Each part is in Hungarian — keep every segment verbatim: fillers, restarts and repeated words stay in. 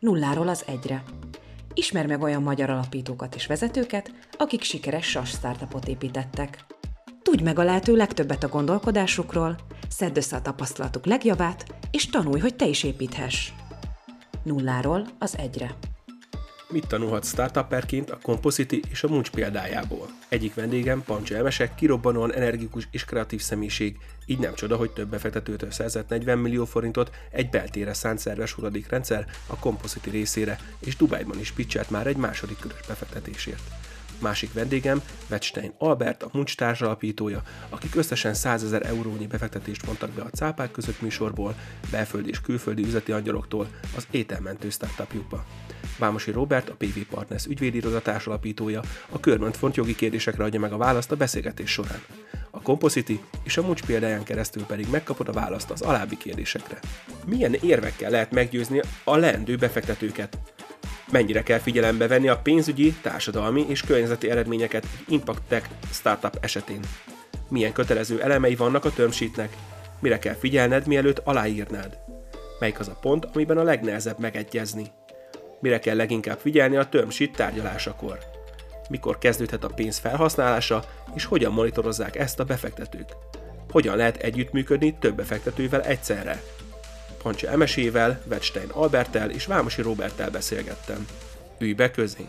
Nulláról az egyre. Ismerj meg olyan magyar alapítókat és vezetőket, akik sikeres SaaS startupot építettek. Tudj meg a lehető legtöbbet a gondolkodásukról, szedd össze a tapasztalatuk legjavát, és tanulj, hogy te is építhess. Nulláról az egyre. Mit tanulhatsz startupperként a Compositi és a Munch példájából? Egyik vendégem Pancsi Emese, kirobbanóan energikus és kreatív személyiség, így nem csoda, hogy több befektetőtől szerzett negyven millió forintot egy beltére szánt szerves hulladékrendszer a Compositi részére, és Dubájban is pitchelt már egy második körös befektetésért. Másik vendégem Wettstein Albert, a Munch társalapítója, akik összesen százezer eurónyi befektetést vontak be a cápák között műsorból, belföldi és külföldi üzleti angyaloktól az ételmentő startupjukba. Vámosi Róbert, a pé vé Partners ügyvédiroda társalapítója, a körmönt font jogi kérdésekre adja meg a választ a beszélgetés során. A Compositi és a Munch példáján keresztül pedig megkapod a választ az alábbi kérdésekre. Milyen érvekkel lehet meggyőzni a leendő befektetőket? Mennyire kell figyelembe venni a pénzügyi, társadalmi és környezeti eredményeket egy Impact Tech startup esetén? Milyen kötelező elemei vannak a term sheetnek? Mire kell figyelned, mielőtt aláírnád? Melyik az a pont, amiben a legnehezebb megegyezni? Mire kell leginkább figyelni a term sheet tárgyalásakor? Mikor kezdődhet a pénz felhasználása, és hogyan monitorozzák ezt a befektetők? Hogyan lehet együttműködni több befektetővel egyszerre? Pancsi Emesével, Wettstein Alberttel és Vámosi Róberttel beszélgettem. Ülj be közénk!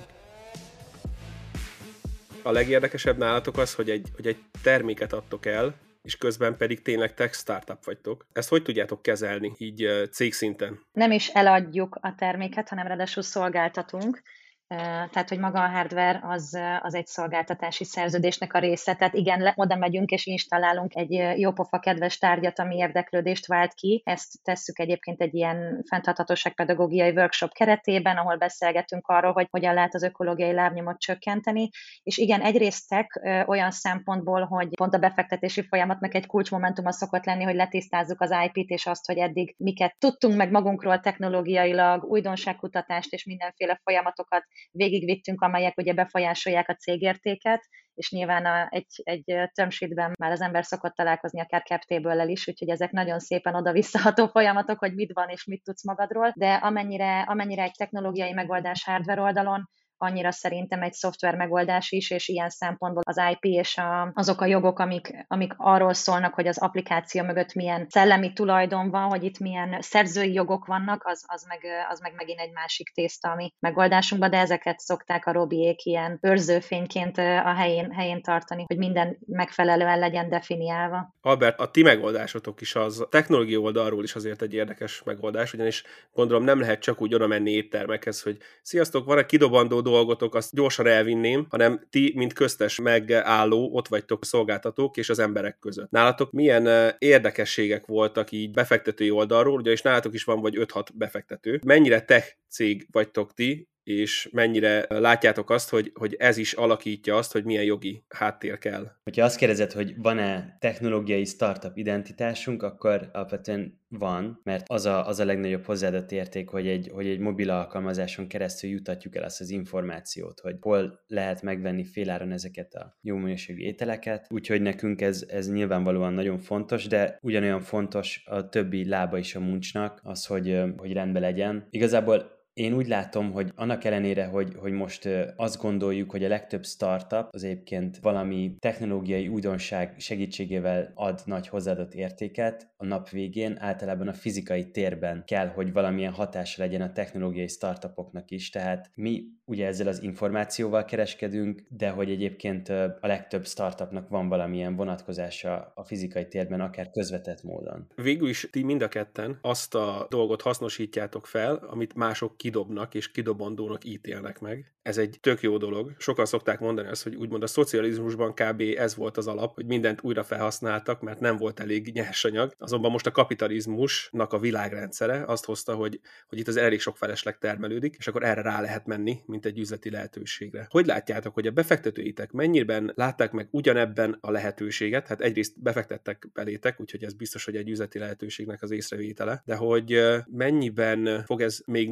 A legérdekesebb nálatok az, hogy egy, hogy egy terméket adtok el, és közben pedig tényleg tech startup vagytok. Ezt hogy tudjátok kezelni így uh, cégszinten? Nem is eladjuk a terméket, hanem ráadásul szolgáltatunk. Tehát, hogy maga a hardware az, az egy szolgáltatási szerződésnek a része. Tehát igen, le, oda megyünk és installálunk egy jópofa kedves tárgyat, ami érdeklődést vált ki. Ezt tesszük egyébként egy ilyen fenntarthatóságpedagógiai workshop keretében, ahol beszélgetünk arról, hogy hogyan lehet az ökológiai lábnyomot csökkenteni. És igen, egyrészt tech olyan szempontból, hogy pont a befektetési folyamatnak egy kulcsmomentuma szokott lenni, hogy letisztázzuk az í pét és azt, hogy eddig miket tudtunk meg magunkról technológiailag, újdonságkutatást és mindenféle folyamatokat végigvittünk, amelyek ugye befolyásolják a cégértéket, és nyilván a, egy, egy term sheetben már az ember szokott találkozni akár cap table-lel is, úgyhogy ezek nagyon szépen oda-visszaható folyamatok, hogy mit van és mit tudsz magadról, de amennyire, amennyire egy technológiai megoldás hardware oldalon, annyira szerintem egy szoftver megoldás is, és ilyen szempontból az í pé és a, azok a jogok, amik, amik arról szólnak, hogy az applikáció mögött milyen szellemi tulajdon van, hogy itt milyen szerzői jogok vannak, az, az, meg, az meg megint egy másik tészta a mi megoldásunkban, de ezeket szokták a Robiék ilyen őrzőfényként a helyén, helyén tartani, hogy minden megfelelően legyen definiálva. Albert, a ti megoldásotok is az a technológiai oldalról is azért egy érdekes megoldás, ugyanis gondolom nem lehet csak úgy oda menni éttermekhez, hogy sziasztok, van egy kidobandó dolgotok, azt gyorsan elvinném, hanem ti, mint köztes megálló, ott vagytok szolgáltatók és az emberek között. Nálatok milyen érdekességek voltak így befektetői oldalról, ugyanis nálatok is van vagy öt-hat befektető. Mennyire tech cég vagytok ti, és mennyire látjátok azt, hogy, hogy ez is alakítja azt, hogy milyen jogi háttér kell? Hogyha azt kérdezed, hogy van-e technológiai startup identitásunk, akkor alapvetően van, mert az a, az a legnagyobb hozzáadott érték, hogy egy, hogy egy mobil alkalmazáson keresztül jutatjuk el azt az információt, hogy hol lehet megvenni féláron ezeket a jó minőségű ételeket, úgyhogy nekünk ez, ez nyilvánvalóan nagyon fontos, de ugyanolyan fontos a többi lába is a Munchnak, az, hogy, hogy rendben legyen. Igazából én úgy látom, hogy annak ellenére, hogy, hogy most azt gondoljuk, hogy a legtöbb startup az egyébként valami technológiai újdonság segítségével ad nagy hozzáadott értéket, a nap végén általában a fizikai térben kell, hogy valamilyen hatása legyen a technológiai startupoknak is, tehát mi ugye ezzel az információval kereskedünk, de hogy egyébként a legtöbb startupnak van valamilyen vonatkozása a fizikai térben, akár közvetett módon. Végül is ti mind a ketten azt a dolgot hasznosítjátok fel, amit mások kidobnak és kidobandónak ítélnek meg. Ez egy tök jó dolog. Sokan szokták mondani azt, hogy úgymond a szocializmusban kb. Ez volt az alap, hogy mindent újra felhasználtak, mert nem volt elég nyersanyag. Azonban most a kapitalizmusnak a világrendszere azt hozta, hogy, hogy itt az elég sok felesleg termelődik, és akkor erre rá lehet menni, mint egy üzleti lehetőségre. Hogy látjátok, hogy a befektetőitek mennyiben látták meg ugyanebben a lehetőséget? Hát egyrészt befektettek belétek, úgyhogy ez biztos, hogy egy üzleti lehetőségnek az észrevétele, de hogy mennyiben fog ez még nőni a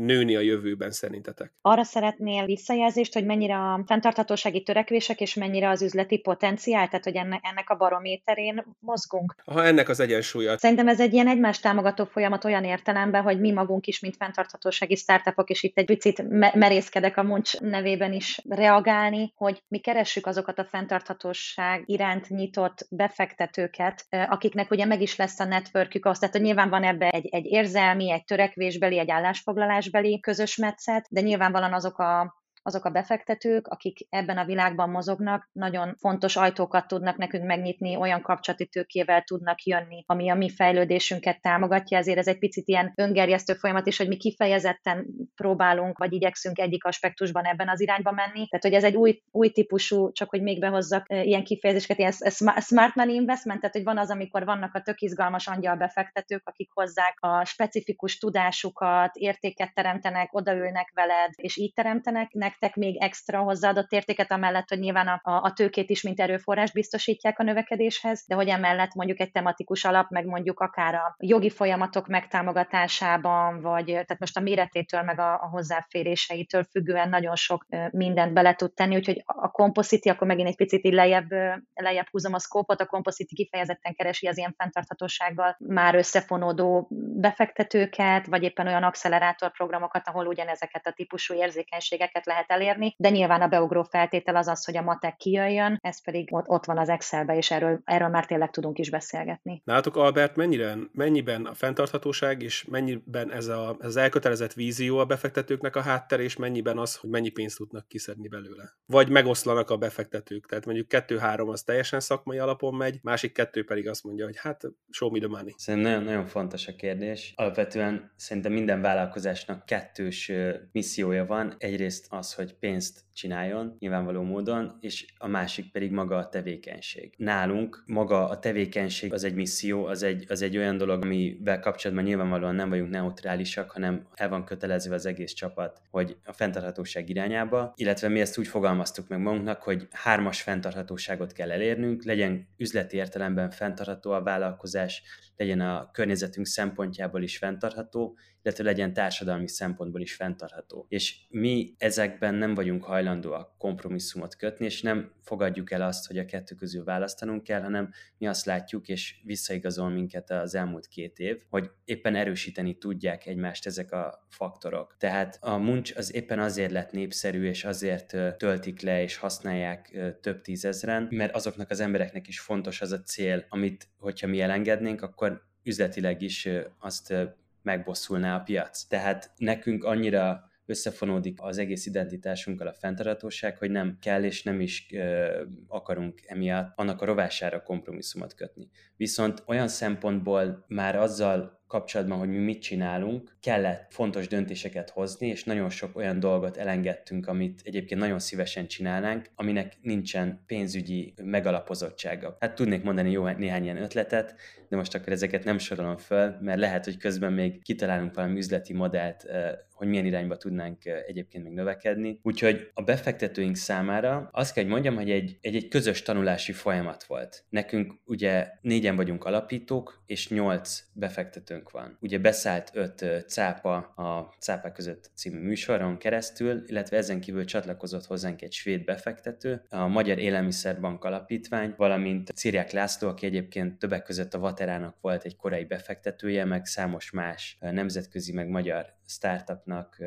jövőben szerintetek? Arra szeretnél visszajelzést, hogy mennyire a fenntarthatósági törekvések, és mennyire az üzleti potenciál, tehát hogy ennek, ennek a barométerén mozgunk? Ha ennek az egyensúlya. Szerintem ez egy ilyen egymást támogató folyamat olyan értelemben, hogy mi magunk is, mint fenntarthatósági startupok, és itt egy picit merészkedek a Muncs nevében is reagálni, hogy mi keressük azokat a fenntarthatóság iránt nyitott befektetőket, akiknek ugye meg is lesz a networkjük, azt, tehát hogy nyilván van ebbe egy, egy érzelmi, egy törekvésbeli, egy állásfoglalásbeli közös metszet, de nyilvánvalóan azok a azok a befektetők, akik ebben a világban mozognak, nagyon fontos ajtókat tudnak nekünk megnyitni, olyan kapcsolati tőkével tudnak jönni, ami a mi fejlődésünket támogatja, ezért ez egy picit ilyen öngerjesztő folyamat is, hogy mi kifejezetten próbálunk, vagy igyekszünk egyik aspektusban ebben az irányba menni. Tehát, hogy ez egy új, új típusú, csak hogy még behozzak ilyen kifejezéseket, ilyen smart money investment, tehát, hogy van az, amikor vannak a tök izgalmas angyal befektetők, akik hozzák a specifikus tudásukat, értéket teremtenek, odaülnek veled, és így teremtenek nektek még extra hozzáadott értéket, amellett, hogy nyilván a, a tőkét is, mint erőforrás biztosítják a növekedéshez, de hogy emellett mondjuk egy tematikus alap, meg mondjuk akár a jogi folyamatok megtámogatásában, vagy tehát most a méretétől, meg a, a hozzáféréseitől függően nagyon sok mindent bele tud tenni, úgyhogy a Composity, akkor megint egy picit így lejjebb, lejjebb húzom a szkópot, a Composity kifejezetten keresi az ilyen fenntarthatósággal már összefonódó befektetőket, vagy éppen olyan accelerátorprogramokat, ahol ugyanezeket a típusú érzékenységeket lehet elérni, de nyilván a beugró feltétel az az, hogy a matek kijöjjön, ez pedig ott, ott van az Excelbe, és erről, erről már tényleg tudunk is beszélgetni. Nálatok, Albert, mennyire, mennyiben a fenntarthatóság, és mennyiben ez a, ez az elkötelezett vízió a befektetőknek a háttere, és mennyiben az, hogy mennyi pénzt tudnak kiszedni belőle? Vagy megoszlanak a befektetők, tehát mondjuk kettő-három az teljesen szakmai alapon megy, másik kettő pedig azt mondja, hogy hát show me the money. Szerintem nagyon, nagyon fontos a kérdés. Alapvetően szerintem minden vállalkozásnak kettős missziója van. Egyrészt az, hogy pénzt csináljon nyilvánvaló módon, és a másik pedig maga a tevékenység. Nálunk maga a tevékenység az egy misszió, az egy, az egy olyan dolog, amivel kapcsolatban nyilvánvalóan nem vagyunk neutrálisak, hanem el van kötelezve az egész csapat, hogy a fenntarthatóság irányába, illetve mi ezt úgy fogalmaztuk meg magunknak, hogy hármas fenntarthatóságot kell elérnünk, legyen üzleti értelemben fenntartható a vállalkozás, legyen a környezetünk szempontjából is fenntartható, illetve legyen társadalmi szempontból is fenntartható. És mi ezekben nem vagyunk hajlandóak kompromisszumot kötni, és nem fogadjuk el azt, hogy a kettő közül választanunk kell, hanem mi azt látjuk, és visszaigazol minket az elmúlt két év, hogy éppen erősíteni tudják egymást ezek a faktorok. Tehát a Munch az éppen azért lett népszerű, és azért töltik le, és használják több tízezren, mert azoknak az embereknek is fontos az a cél, amit, hogyha mi elengednénk, akkor üzletileg is azt megbosszulná a piac. Tehát nekünk annyira összefonódik az egész identitásunkkal a fenntarthatóság, hogy nem kell és nem is ö, akarunk emiatt annak a rovására kompromisszumot kötni. Viszont olyan szempontból már azzal kapcsolatban, hogy mi mit csinálunk, kellett fontos döntéseket hozni, és nagyon sok olyan dolgot elengedtünk, amit egyébként nagyon szívesen csinálnánk, aminek nincsen pénzügyi megalapozottsága. Hát tudnék mondani jó néhány ilyen ötletet, de most akkor ezeket nem sorolom föl, mert lehet, hogy közben még kitalálunk valami üzleti modellt, hogy milyen irányba tudnánk egyébként még növekedni. Úgyhogy a befektetőink számára azt kell, hogy mondjam, hogy egy, egy, egy közös tanulási folyamat volt. Nekünk ugye négyen vagyunk alapítók, és nyolc befektetőnk van. Ugye beszállt öt cápa a Cápák között című műsoron keresztül, illetve ezen kívül csatlakozott hozzánk egy svéd befektető, a Magyar Élelmiszerbank Alapítvány, valamint Ciriák László, aki egyébként többek között a Vaterának volt egy korai befektetője, meg számos más nemzetközi, meg magyar startupnak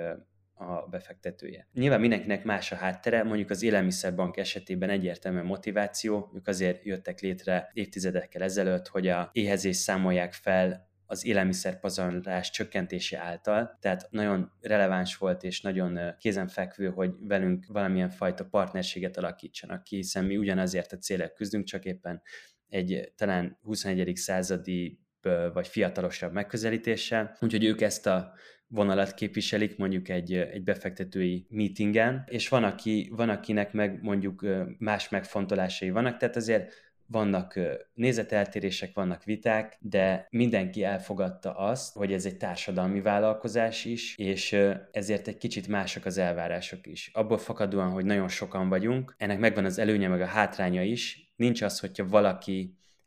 a befektetője. Nyilván mindenkinek más a háttere, mondjuk az Élelmiszerbank esetében egyértelműen motiváció, ők azért jöttek létre évtizedekkel ezelőtt, hogy a éhezést számolják fel az élelmiszerpazarlás csökkentése által, tehát nagyon releváns volt és nagyon kézenfekvő, hogy velünk valamilyen fajta partnerséget alakítsanak ki, hiszen mi ugyanazért a célért küzdünk, csak éppen egy talán huszonegyedik századi vagy fiatalosabb megközelítéssel, úgyhogy ők ezt a vonalat képviselik mondjuk egy, egy befektetői meetingen, és van, aki, van, akinek meg mondjuk más megfontolásai vannak, tehát azért vannak nézeteltérések, vannak viták, de mindenki elfogadta azt, hogy ez egy társadalmi vállalkozás is, és ezért egy kicsit mások az elvárások is. Abból fakadóan, hogy nagyon sokan vagyunk, ennek megvan az előnye meg a hátránya is, nincs az, hogyha valaki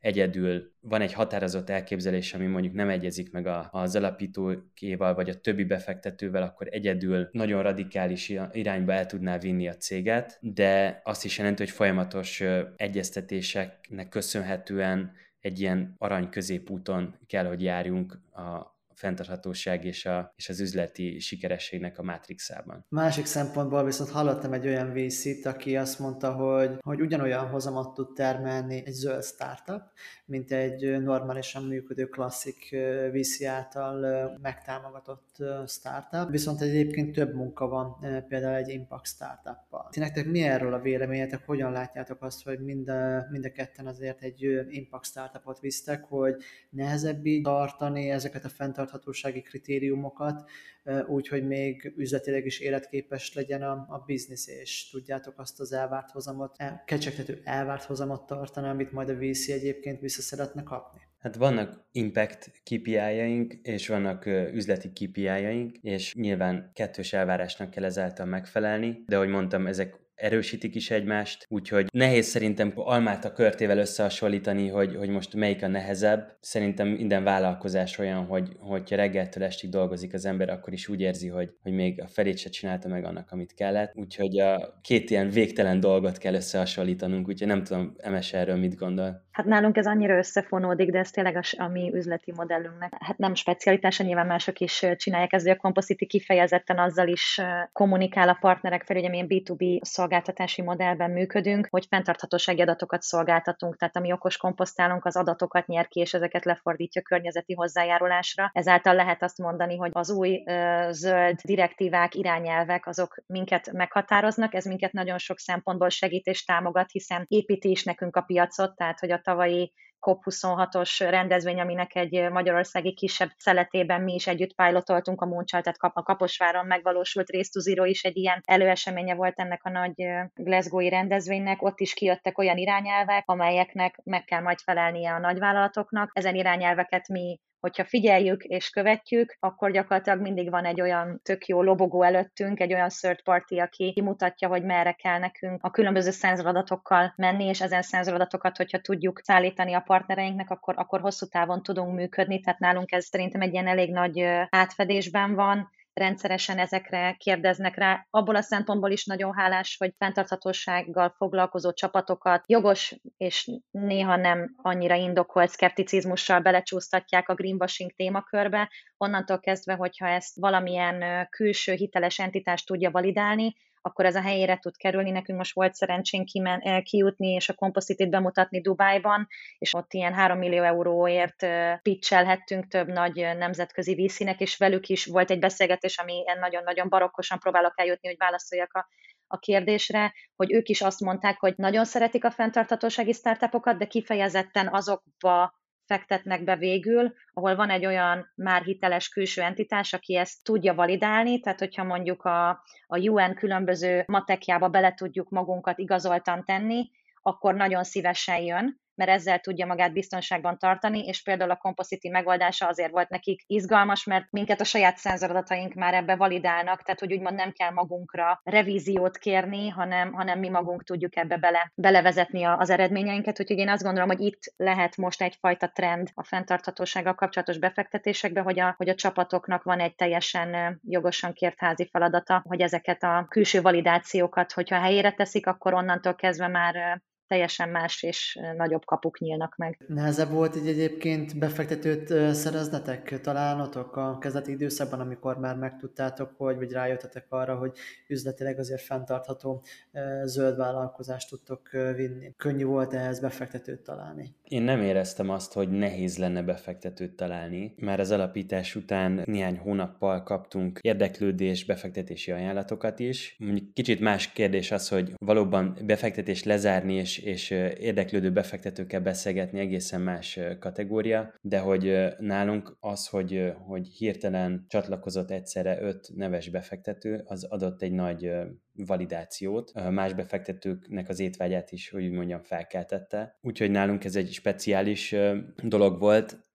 egyedül van egy határozott elképzelés, ami mondjuk nem egyezik meg a, az alapítókéval, vagy a többi befektetővel, akkor egyedül nagyon radikális irányba el tudná vinni a céget, de azt is jelenti, hogy folyamatos egyeztetéseknek köszönhetően egy ilyen arany középúton kell, hogy járjunk a fenntarthatóság és, a, és az üzleti sikerességnek a mátrixában. Másik szempontból viszont hallottam egy olyan vé cét, aki azt mondta, hogy, hogy ugyanolyan hozamot tud termelni egy zöld startup, mint egy normálisan működő klasszik vé cé által megtámogatott startup, viszont egyébként több munka van például egy impact startuppal. Ti nektek mi erről a véleményetek, hogyan látjátok azt, hogy mind a, mind a ketten azért egy impact startupot visztek, hogy nehezebb így tartani ezeket a fenntarthatósági kritériumokat, úgyhogy még üzletileg is életképes legyen a, a biznisz, és tudjátok azt az elvárt hozamot, el, kecsegtető elvárt hozamot tartani, amit majd a vé cé egyébként vissza szeretne kapni? Hát vannak impact ká pé í-jaink, és vannak üzleti ká pé í-jaink, és nyilván kettős elvárásnak kell ezáltal megfelelni, de ahogy mondtam, ezek erősítik is egymást, úgyhogy nehéz szerintem almát a körtével összehasonlítani, hogy, hogy most melyik a nehezebb. Szerintem minden vállalkozás olyan, hogy hogyha reggeltől estig dolgozik az ember, akkor is úgy érzi, hogy, hogy még a felét se csinálta meg annak, amit kellett. Úgyhogy a két ilyen végtelen dolgot kell összehasonlítanunk, úgyhogy nem tudom, Emes erről mit gondol. Hát nálunk ez annyira összefonódik, de ez tényleg a, a mi üzleti modellünknek. Hát nem specialitása, nyilván mások is csinálják ezt, de a Compositi kifejezetten azzal is kommunikál a partnerek felé, hogy mi bé kettő bé szolgáltatási modellben működünk, hogy fenntarthatósági adatokat szolgáltatunk, tehát ami okos komposztálunk, az adatokat nyer ki, és ezeket lefordítja környezeti hozzájárulásra. Ezáltal lehet azt mondani, hogy az új ö, zöld direktívák, irányelvek, azok minket meghatároznak, ez minket nagyon sok szempontból segít és támogat, hiszen építi is nekünk a piacot, tehát hogy a tavalyi kop huszonhatos rendezvény, aminek egy magyarországi kisebb szeletében mi is együtt pilotoltunk a Moonchal, tehát a Kaposváron megvalósult Race to Zero is egy ilyen előeseménye volt ennek a nagy Glasgow-i rendezvénynek. Ott is kijöttek olyan irányelvek, amelyeknek meg kell majd felelnie a nagyvállalatoknak. Ezen irányelveket mi, hogyha figyeljük és követjük, akkor gyakorlatilag mindig van egy olyan tök jó lobogó előttünk, egy olyan third party, aki kimutatja, hogy merre kell nekünk a különböző szenzoradatokkal menni, és ezen szenzoradatokat, hogyha tudjuk szállítani a partnereinknek, akkor, akkor hosszú távon tudunk működni, tehát nálunk ez szerintem egy ilyen elég nagy átfedésben van, rendszeresen ezekre kérdeznek rá. Abból a szempontból is nagyon hálás, hogy fenntarthatósággal foglalkozó csapatokat jogos és néha nem annyira indokolt szkepticizmussal belecsúsztatják a greenwashing témakörbe. Onnantól kezdve, hogyha ezt valamilyen külső hiteles entitás tudja validálni, akkor ez a helyére tud kerülni. Nekünk most volt szerencsénk kimen, kijutni és a Compositit bemutatni Dubájban, és ott ilyen három millió euróért pitchelhettünk több nagy nemzetközi vé cének, és velük is volt egy beszélgetés, ami ilyen nagyon-nagyon barokkosan próbálok eljutni, hogy válaszoljak a, a kérdésre, hogy ők is azt mondták, hogy nagyon szeretik a fenntarthatósági startupokat, de kifejezetten azokba fektetnek be végül, ahol van egy olyan már hiteles külső entitás, aki ezt tudja validálni, tehát hogyha mondjuk a, a u en különböző matekjába bele tudjuk magunkat igazoltan tenni, akkor nagyon szívesen jön, mert ezzel tudja magát biztonságban tartani, és például a Compositi megoldása azért volt nekik izgalmas, mert minket a saját szenzoradataink már ebbe validálnak, tehát hogy úgymond nem kell magunkra revíziót kérni, hanem, hanem mi magunk tudjuk ebbe bele, belevezetni az eredményeinket, úgyhogy én azt gondolom, hogy itt lehet most egyfajta trend a fenntarthatósággal kapcsolatos befektetésekbe, hogy a, hogy a csapatoknak van egy teljesen jogosan kért házi feladata, hogy ezeket a külső validációkat, hogyha helyére teszik, akkor onnantól kezdve már teljesen más és nagyobb kapuk nyílnak meg. Nehezebb volt így egyébként befektetőt szereznetek, találnotok a kezdeti időszakban, amikor már megtudtátok, hogy, vagy rájöttetek arra, hogy üzletileg azért fenntartható zöld vállalkozást tudtok vinni. Könnyű volt ehhez befektetőt találni? Én nem éreztem azt, hogy nehéz lenne befektetőt találni. Már az alapítás után néhány hónappal kaptunk érdeklődés, befektetési ajánlatokat is. Mondjuk kicsit más kérdés az, hogy valóban befektetést lezárni és és érdeklődő befektetőkkel beszélgetni egészen más kategória, de hogy nálunk az, hogy, hogy hirtelen csatlakozott egyszerre öt neves befektető, az adott egy nagy validációt, más befektetőknek az étvágyát is, hogy úgy mondjam, felkeltette. Úgyhogy nálunk ez egy speciális dolog volt,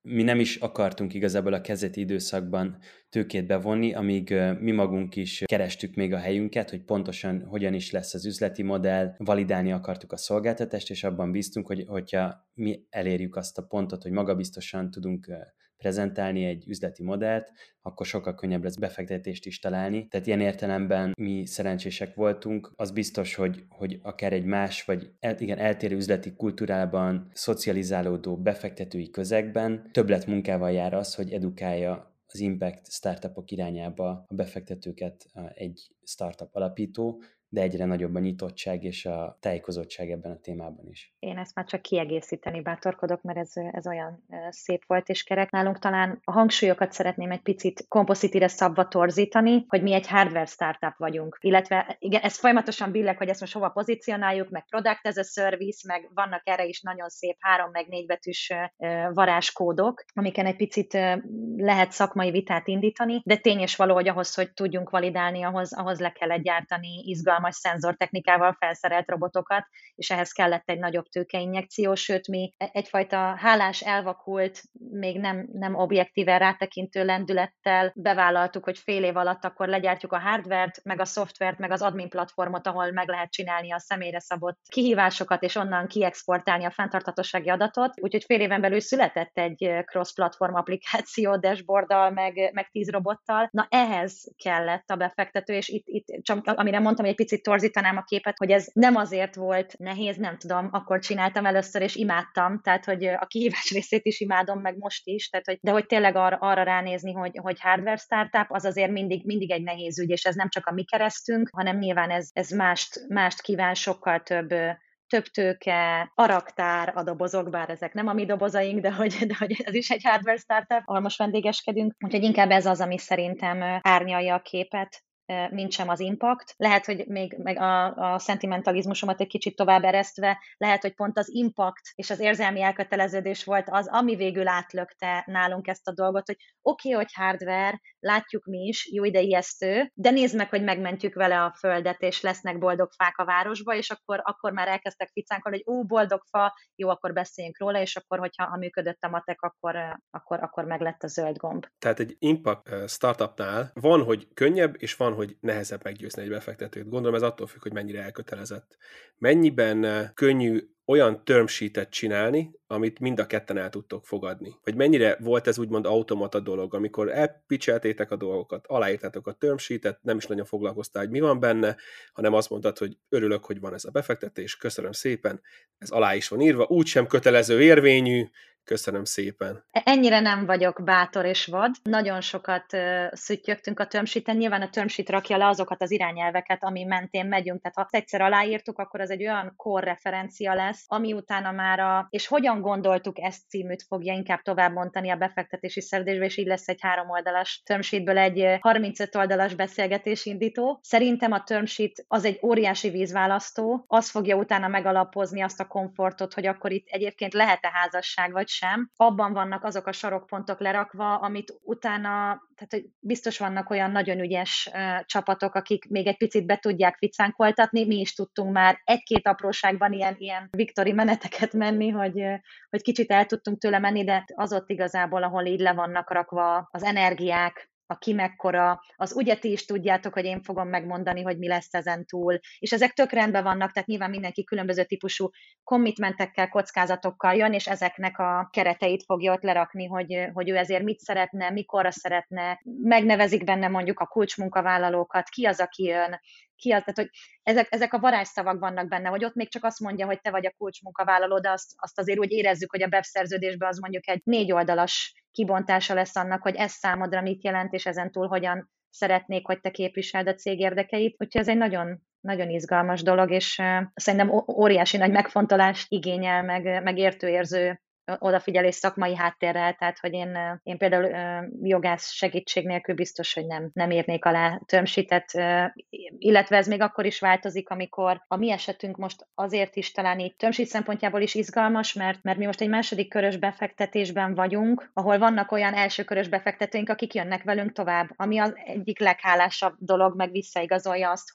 mi nem is akartunk igazából a kezdeti időszakban tőkét bevonni, amíg mi magunk is kerestük még a helyünket, hogy pontosan hogyan is lesz az üzleti modell, validálni akartuk a szolgáltatást, és abban bíztunk, hogy hogyha mi elérjük azt a pontot, hogy magabiztosan tudunk prezentálni egy üzleti modellt, akkor sokkal könnyebb lesz befektetést is találni. Tehát ilyen értelemben mi szerencsések voltunk. Az biztos, hogy, hogy akár egy más, vagy el, igen, eltérő üzleti kultúrában, szocializálódó befektetői közegben többlet munkával jár az, hogy edukálja az impact startupok irányába a befektetőket egy startup alapító, de egyre nagyobb a nyitottság és a tájékozottság ebben a témában is. Én ezt már csak kiegészíteni bátorkodok, mert ez, ez olyan szép volt és kerek. Nálunk talán a hangsúlyokat szeretném egy picit Composite-re szabva torzítani, hogy mi egy hardware startup vagyunk. Illetve igen, ez folyamatosan billeg, hogy ezt most hova pozícionáljuk, meg product as a service, meg vannak erre is nagyon szép három meg négy betűs varázskódok, amiken egy picit lehet szakmai vitát indítani, de tény és való, hogy ahhoz, hogy tudjunk validálni, ahhoz, ahhoz le kellett gyártani izgalmas szenzortechnikával felszerelt robotokat, és ehhez kellett egy nagyobb tőkeinjekció, sőt mi egyfajta hálás, elvakult, még nem, nem objektíven rátekintő lendülettel bevállaltuk, hogy fél év alatt akkor legyártjuk a hardvert, meg a szoftvert, meg az admin platformot, ahol meg lehet csinálni a személyre szabott kihívásokat, és onnan kiexportálni a fenntarthatósági adatot. Úgyhogy fél éven belül született egy cross-platform applikáció, dashboarddal, meg, meg tíz robottal. Na ehhez kellett a befektető, és itt, itt csak amire mondtam, hogy egy picit torzítanám a képet, hogy ez nem azért volt nehéz, nem tudom, akkor csináltam először, és imádtam, tehát, hogy a kihívás részét is imádom, meg most is, tehát, hogy, de hogy tényleg arra, arra ránézni, hogy, hogy hardware startup, az azért mindig, mindig egy nehéz ügy, és ez nem csak a mi keresztünk, hanem nyilván ez, ez mást, mást kíván, sokkal több több tőke, araktár a dobozok, bár ezek nem a mi dobozaink, de hogy, de hogy ez is egy hardware startup, ahol most vendégeskedünk. Úgyhogy inkább ez az, ami szerintem árnyalja a képet, mint sem az impact. Lehet, hogy még meg a, a szentimentalizmusomat egy kicsit tovább eresztve, lehet, hogy pont az impact és az érzelmi elköteleződés volt az, ami végül átlökte nálunk ezt a dolgot, hogy oké, okay, hogy hardware, látjuk mi is, jó, ide ijesztő, de nézd meg, hogy megmentjük vele a földet, és lesznek boldog fák a városba, és akkor, akkor már elkezdtek ficánkolni, hogy ó, boldog fa, jó, akkor beszéljünk róla, és akkor, hogyha ha működött a matek, akkor, akkor, akkor meg lett a zöld gomb. Tehát egy impact startupnál van, hogy könnyebb, és van, hogy nehezebb meggyőzni egy befektetőt. Gondolom ez attól függ, hogy mennyire elkötelezett. Mennyiben könnyű olyan term sheetet csinálni, amit mind a ketten el tudtok fogadni. Vagy mennyire volt ez úgymond automata dolog, amikor elpicseltétek a dolgokat, aláírtátok a term sheetet, nem is nagyon foglalkoztál, hogy mi van benne, hanem azt mondtad, hogy örülök, hogy van ez a befektetés, köszönöm szépen, ez alá is van írva, úgysem kötelező érvényű, köszönöm szépen. Ennyire nem vagyok bátor és vad. Nagyon sokat uh, szüttyögtünk a term sheeten. Nyilván a term sheet rakja le azokat az irányelveket, ami mentén megyünk. Tehát ha egyszer aláírtuk, akkor az egy olyan core referencia lesz, ami utána már a, és hogyan gondoltuk ezt címűt fogja inkább tovább mondani a befektetési szerződésbe, és így lesz egy három oldalas term sheetből egy harmincöt oldalas beszélgetés indító. Szerintem a term sheet az egy óriási vízválasztó, az fogja utána megalapozni azt a komfortot, hogy akkor itt egyébként lehet-e házasság, vagy sem. Abban vannak azok a sarokpontok lerakva, amit utána, tehát hogy biztos vannak olyan nagyon ügyes uh, csapatok, akik még egy picit be tudják ficánkoltatni. Mi is tudtunk már egy-két apróságban ilyen, ilyen viktori meneteket menni, hogy, uh, hogy kicsit el tudtunk tőle menni, de az ott igazából, ahol így le vannak rakva az energiák, a ki mekkora, az ugye ti is tudjátok, hogy én fogom megmondani, hogy mi lesz ezen túl, és ezek tök rendben vannak, tehát nyilván mindenki különböző típusú commitmentekkel, kockázatokkal jön, és ezeknek a kereteit fogja ott lerakni, hogy, hogy ő ezért mit szeretne, mikorra szeretne, megnevezik benne mondjuk a kulcsmunkavállalókat, ki az, aki jön, ki az, tehát hogy ezek, ezek a varázsszavak vannak benne, hogy ott még csak azt mondja, hogy te vagy a kulcsmunkavállaló, de azt, azt azért úgy érezzük, hogy a bé e vé szerződésben az mondjuk egy négy oldalas kibontása lesz annak, hogy ez számodra mit jelent, és ezen túl hogyan szeretnék, hogy te képviseld a cég érdekeit. Úgyhogy ez egy nagyon, nagyon izgalmas dolog, és uh, szerintem óriási nagy megfontolást igényel, meg, meg értőérző odafigyelés szakmai háttérrel, tehát hogy én, én például uh, jogász segítség nélkül biztos, hogy nem, nem írnék alá term sheetet, uh, illetve ez még akkor is változik, amikor a mi esetünk most azért is talán így term sheet szempontjából is izgalmas, mert, mert mi most egy második körös befektetésben vagyunk, ahol vannak olyan első körös befektetőink, akik jönnek velünk tovább, ami az egyik leghálásabb dolog, meg visszaigazolja azt, hogy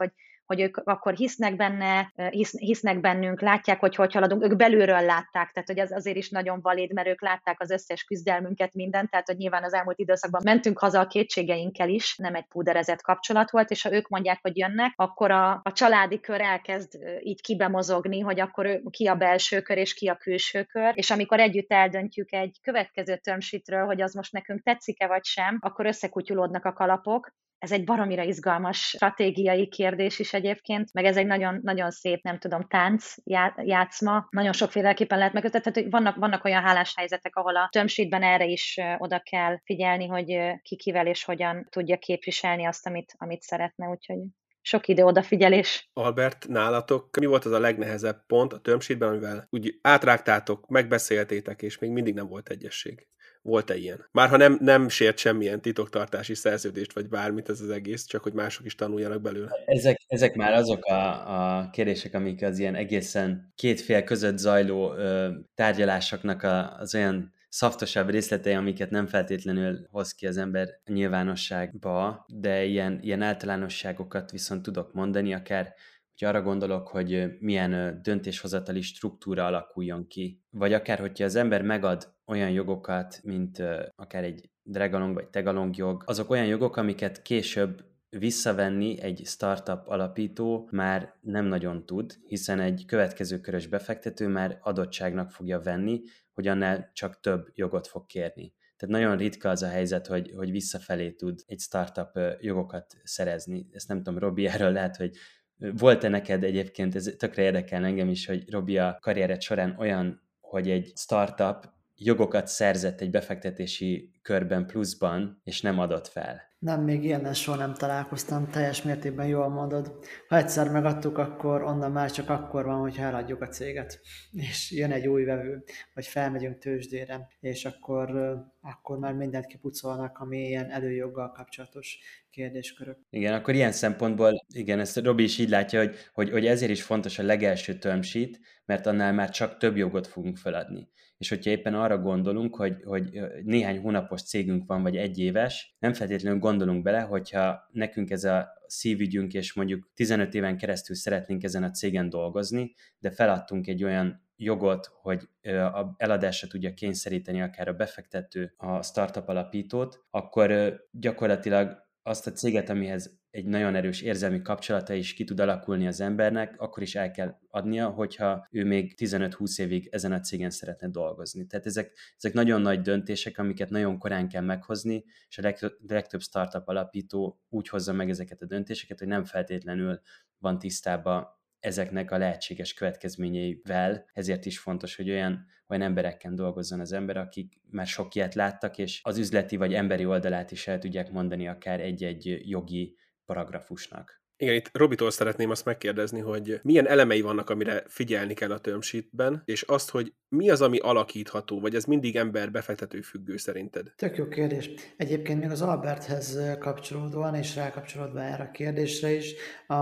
hogy ők akkor hisznek benne, hisz, hisznek bennünk, látják, hogy hogy haladunk, ők belülről látták, tehát hogy az azért is nagyon valid, mert ők látták az összes küzdelmünket, mindent, tehát hogy nyilván az elmúlt időszakban mentünk haza a kétségeinkkel is, nem egy púderezett kapcsolat volt, és ha ők mondják, hogy jönnek, akkor a, a családi kör elkezd így kibemozogni, hogy akkor ő, ki a belső kör és ki a külső kör, és amikor együtt eldöntjük egy következő term sheetről, hogy az most nekünk tetszik-e vagy sem, akkor összekutyulódnak a kalapok. Ez egy baromira izgalmas stratégiai kérdés is egyébként, meg ez egy nagyon, nagyon szép, nem tudom, tánc, játszma. Nagyon sokféleképpen lehet megkötni, tehát vannak, vannak olyan hálás helyzetek, ahol a term sheetben erre is oda kell figyelni, hogy ki kivel és hogyan tudja képviselni azt, amit, amit szeretne, úgyhogy sok idő odafigyelés. Albert, nálatok mi volt az a legnehezebb pont a term sheetben, amivel úgy átrágtátok, megbeszéltétek, és még mindig nem volt egyesség? Volt-e ilyen? Már ha nem, nem sért semmilyen titoktartási szerződést, vagy bármit ez az egész, csak hogy mások is tanuljanak belőle. Ezek, ezek már azok a, a kérdések, amik az ilyen egészen két fél között zajló ö, tárgyalásoknak a, az olyan szaftosabb részletei, amiket nem feltétlenül hoz ki az ember a nyilvánosságba, de ilyen, ilyen általánosságokat viszont tudok mondani, akár hogy arra gondolok, hogy milyen döntéshozatali struktúra alakuljon ki. Vagy akár, hogyha az ember megad olyan jogokat, mint akár egy dragalong vagy tegalong jog, azok olyan jogok, amiket később visszavenni egy startup alapító már nem nagyon tud, hiszen egy következő körös befektető már adottságnak fogja venni, hogy annál csak több jogot fog kérni. Tehát nagyon ritka az a helyzet, hogy, hogy visszafelé tud egy startup jogokat szerezni. Ezt nem tudom, Robi, erről lehet, hogy volt-e neked egyébként, ez tökre érdekel engem is, hogy Robi a karriered során olyan, hogy egy startup jogokat szerzett egy befektetési körben pluszban, és nem adott fel? Nem, még ilyennel soha nem találkoztam, teljes mértékben jól mondod. Ha egyszer megadtuk, akkor onnan már csak akkor van, hogyha eladjuk a céget, és jön egy új vevő, vagy felmegyünk tőzsdére, és akkor, akkor már mindent kipucolnak, ami ilyen előjoggal kapcsolatos kérdéskörök. Igen, akkor ilyen szempontból, igen, ezt Robi is így látja, hogy, hogy, hogy ezért is fontos a legelső term sheet, mert annál már csak több jogot fogunk feladni. És hogyha éppen arra gondolunk, hogy, hogy néhány hónapos cégünk van, vagy egy éves, nem feltétlenül gondolunk bele, hogyha nekünk ez a szívügyünk, és mondjuk tizenöt éven keresztül szeretnénk ezen a cégen dolgozni, de feladtunk egy olyan jogot, hogy a eladásra tudja kényszeríteni akár a befektető a startup alapítót, akkor gyakorlatilag azt a céget, amihez egy nagyon erős érzelmi kapcsolata is ki tud alakulni az embernek, akkor is el kell adnia, hogyha ő még tizenöt-húsz évig ezen a cégen szeretne dolgozni. Tehát ezek, ezek nagyon nagy döntések, amiket nagyon korán kell meghozni, és a leg, legtöbb startup alapító úgy hozza meg ezeket a döntéseket, hogy nem feltétlenül van tisztában ezeknek a lehetséges következményeivel, ezért is fontos, hogy olyan, olyan emberekkel dolgozzon az ember, akik már sok ilyet láttak, és az üzleti vagy emberi oldalát is el tudják mondani akár egy-egy jogi paragrafusnak. Igen, itt Robitól szeretném azt megkérdezni, hogy milyen elemei vannak, amire figyelni kell a term sheetben, és azt, hogy mi az, ami alakítható, vagy ez mindig ember befektető függő szerinted? Tök jó kérdés. Egyébként még az Alberthez kapcsolódóan, és rákapcsolódva erre a kérdésre is, a,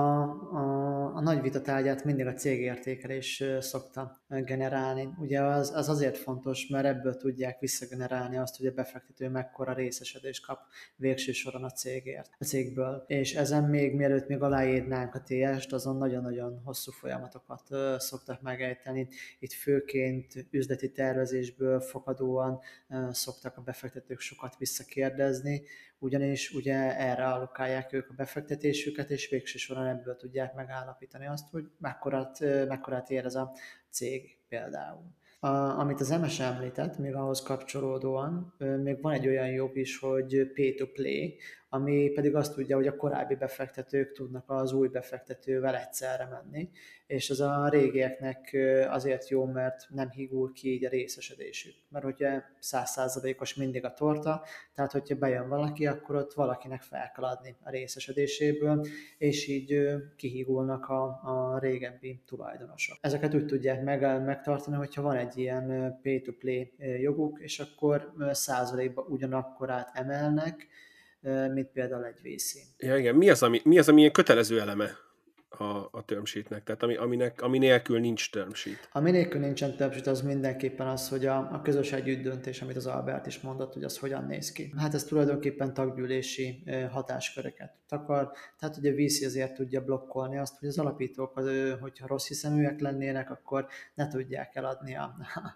a, a nagy vitatárgyát mindig a cégértékelés szokta generálni. Ugye az, az azért fontos, mert ebből tudják visszagenerálni azt, hogy a befektető mekkora részesedést kap végső soron a cégért, a cégből. És ezen még mielőtt még aláírnánk a té est, azon nagyon-nagyon hosszú folyamatokat uh, szoktak megejteni. Itt főként üzleti tervezésből fakadóan uh, szoktak a befektetők sokat visszakérdezni, ugyanis ugye erre allokálják ők a befektetésüket, és végső soron ebből tudják megállapítani azt, hogy mekkorát, uh, mekkorát ér ez a cég például. A, amit az Emes említett, még ahhoz kapcsolódóan, még van egy olyan jog is, hogy pay to play, ami pedig azt tudja, hogy a korábbi befektetők tudnak az új befektetővel egyszerre menni, és ez a régieknek azért jó, mert nem higul ki így a részesedésük. Mert hogyha száz százalékos mindig a torta, tehát hogyha bejön valaki, akkor ott valakinek fel kell adni a részesedéséből, és így kihigulnak a, a régebbi tulajdonosok. Ezeket úgy tudják meg, megtartani, hogyha van egy ilyen pay-to-play joguk, és akkor százalékban ugyanakkorát emelnek, mint például egy vé cé. Ja, igen. Mi az, ami, mi az, ami ilyen kötelező eleme a, a term sheetnek? Tehát ami, aminek, ami nélkül nincs term sheet. Ami nélkül nincsen term sheet, az mindenképpen az, hogy a, a közös együttdöntés, amit az Albert is mondott, hogy az hogyan néz ki. Hát ez tulajdonképpen taggyűlési hatásköröket takar, tehát ugye a vé cé azért tudja blokkolni azt, hogy az alapítók, hogyha rossz hiszeműek lennének, akkor ne tudják eladni a,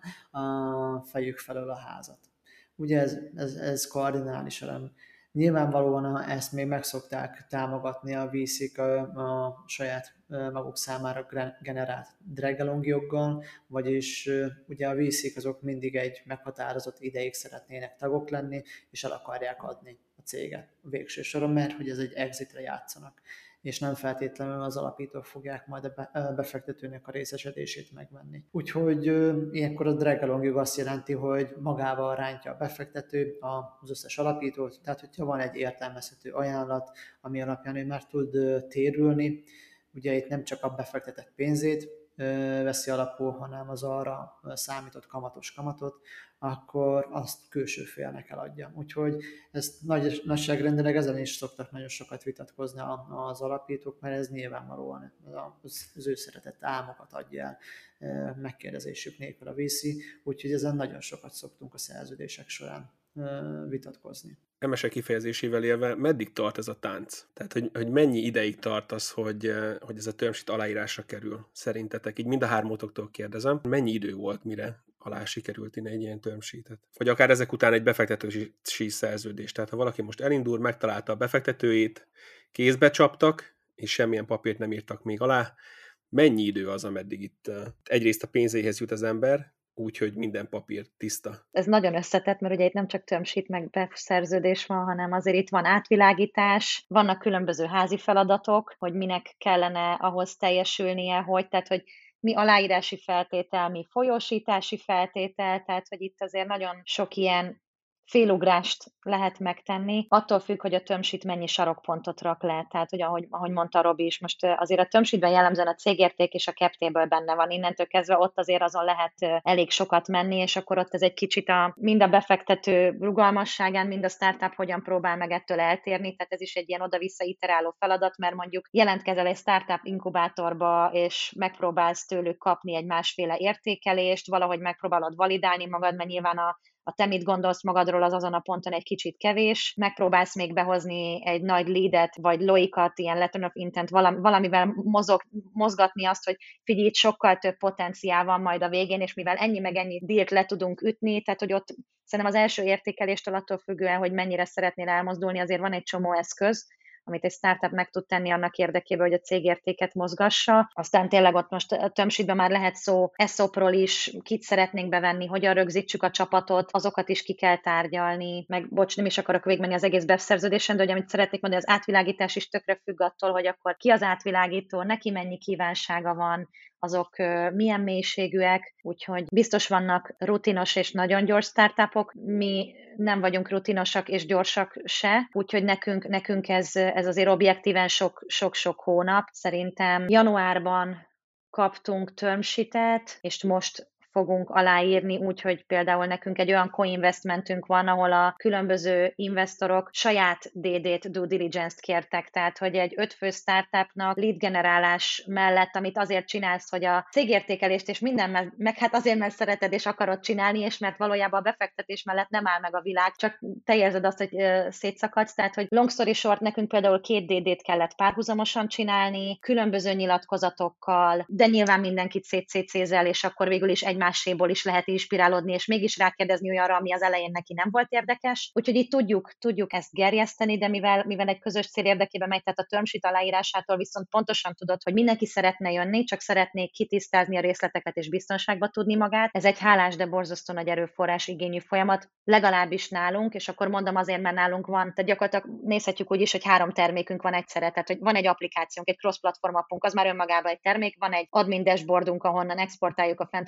a fejük felől a házat. Ugye ez, ez, ez kardinális elem. Nyilvánvalóan ezt még meg szokták támogatni a vé cé-k a, a saját maguk számára generált drag-along joggal, vagyis ugye a vé cé-k azok mindig egy meghatározott ideig szeretnének tagok lenni, és el akarják adni a céget a végső soron, mert hogy ez egy exitre játszanak, és nem feltétlenül az alapítók fogják majd a befektetőnek a részesedését megvenni. Úgyhogy ilyenkor a drag-along jog azt jelenti, hogy magával rántja a befektető az összes alapítót, tehát hogyha van egy értelmezhető ajánlat, ami alapján ő már tud térülni, ugye itt nem csak a befektetett pénzét veszi alapul, hanem az arra számított kamatos kamatot, akkor azt külső félnek eladja. Úgyhogy ezt nagy, nagyságrendileg ezen is szoktak nagyon sokat vitatkozni az alapítók, mert ez nyilvánvalóan az ő szeretett álmokat adja el megkérdezésük nélkül a vé cé, úgyhogy ezen nagyon sokat szoktunk a szerződések során vitatkozni. Emese kifejezésével élve, meddig tart ez a tánc? Tehát, hogy, hogy mennyi ideig tart az, hogy, hogy ez a term sheet aláírásra kerül szerintetek? Így mind a hármótoktól kérdezem, mennyi idő volt, mire alá sikerült írni egy ilyen term sheetet? Vagy akár ezek után egy befektetési szerződés. Tehát, ha valaki most elindul, megtalálta a befektetőjét, kézbe csaptak, és semmilyen papírt nem írtak még alá, mennyi idő az, ameddig itt egyrészt a pénzéhez jut az ember, úgyhogy minden papír tiszta. Ez nagyon összetett, mert ugye itt nem csak term sheet meg beszerződés van, hanem azért itt van átvilágítás, vannak különböző házi feladatok, hogy minek kellene ahhoz teljesülnie, hogy, tehát, hogy mi aláírási feltétel, mi folyósítási feltétel, tehát, hogy itt azért nagyon sok ilyen félugrást lehet megtenni, attól függ, hogy a term sheet mennyi sarokpontot rak le. Tehát, hogy ahogy, ahogy mondta Robi is, most azért a term sheetben jellemzően a cégérték és a cap table benne van, innentől kezdve ott azért azon lehet elég sokat menni, és akkor ott ez egy kicsit a, mind a befektető rugalmasságán, mind a startup hogyan próbál meg ettől eltérni, tehát ez is egy ilyen oda-vissza iteráló feladat, mert mondjuk jelentkezel egy startup inkubátorba, és megpróbálsz tőlük kapni egy másféle értékelést, valahogy megpróbálod validálni magad, mert nyilván a A te mit gondolsz magadról, az azon a ponton egy kicsit kevés. Megpróbálsz még behozni egy nagy leadet, vagy loikat, ilyen letter of intent, valamivel mozog, mozgatni azt, hogy figyelj, itt sokkal több potenciál van majd a végén, és mivel ennyi meg ennyi dílt le tudunk ütni, tehát hogy ott szerintem az első értékeléstől attól függően, hogy mennyire szeretnél elmozdulni, azért van egy csomó eszköz, amit egy startup meg tud tenni annak érdekében, hogy a cégértéket mozgassa. Aztán tényleg ott most a term sheetben már lehet szó eszopról is, kit szeretnénk bevenni, hogyan rögzítsük a csapatot, azokat is ki kell tárgyalni, meg bocs, nem is akarok végigmenni az egész beszerződésen, de hogy amit szeretnék mondani, az átvilágítás is tökre függ attól, hogy akkor ki az átvilágító, neki mennyi kívánsága van, azok milyen mélységűek, úgyhogy biztos vannak rutinos és nagyon gyors startupok, mi nem vagyunk rutinosak és gyorsak se, úgyhogy nekünk, nekünk ez, ez azért objektíven sok-sok hónap. Szerintem januárban kaptunk term sheetet, és most fogunk aláírni, úgyhogy például nekünk egy olyan co-investmentünk van, ahol a különböző investorok saját dé dé-t, due diligence-t kértek, tehát hogy egy ötfő startupnak lead generálás mellett, amit azért csinálsz, hogy a cégértékelést és minden, meg hát azért, mert szereted és akarod csinálni, és mert valójában a befektetés mellett nem áll meg a világ, csak te érzed azt, hogy szétszakadsz, tehát hogy long story short, nekünk például két dé dé-t kellett párhuzamosan csinálni, különböző nyilatkozatokkal, de nyilván mindenkit szétszétszézel, és akkor végül is egy máséból is lehet inspirálódni, és mégis rákérdezni olyanra, ami az elején neki nem volt érdekes. Úgyhogy itt tudjuk, tudjuk ezt gerjeszteni, de mivel, mivel egy közös cél érdekében megy, tehát a term sheet aláírásától viszont pontosan tudod, hogy mindenki szeretne jönni, csak szeretnék kitisztázni a részleteket és biztonságba tudni magát. Ez egy hálás, de borzasztó nagy erőforrás igényű folyamat, legalábbis nálunk, és akkor mondom azért, mert nálunk van, tehát gyakorlatilag nézhetjük úgy is, hogy három termékünk van egyszerre, tehát hogy van egy applikációnk, egy cross-platform appunk, az már önmagában egy termék, van egy admin dashboardunk, ahonnan exportáljuk a fenntarthatóság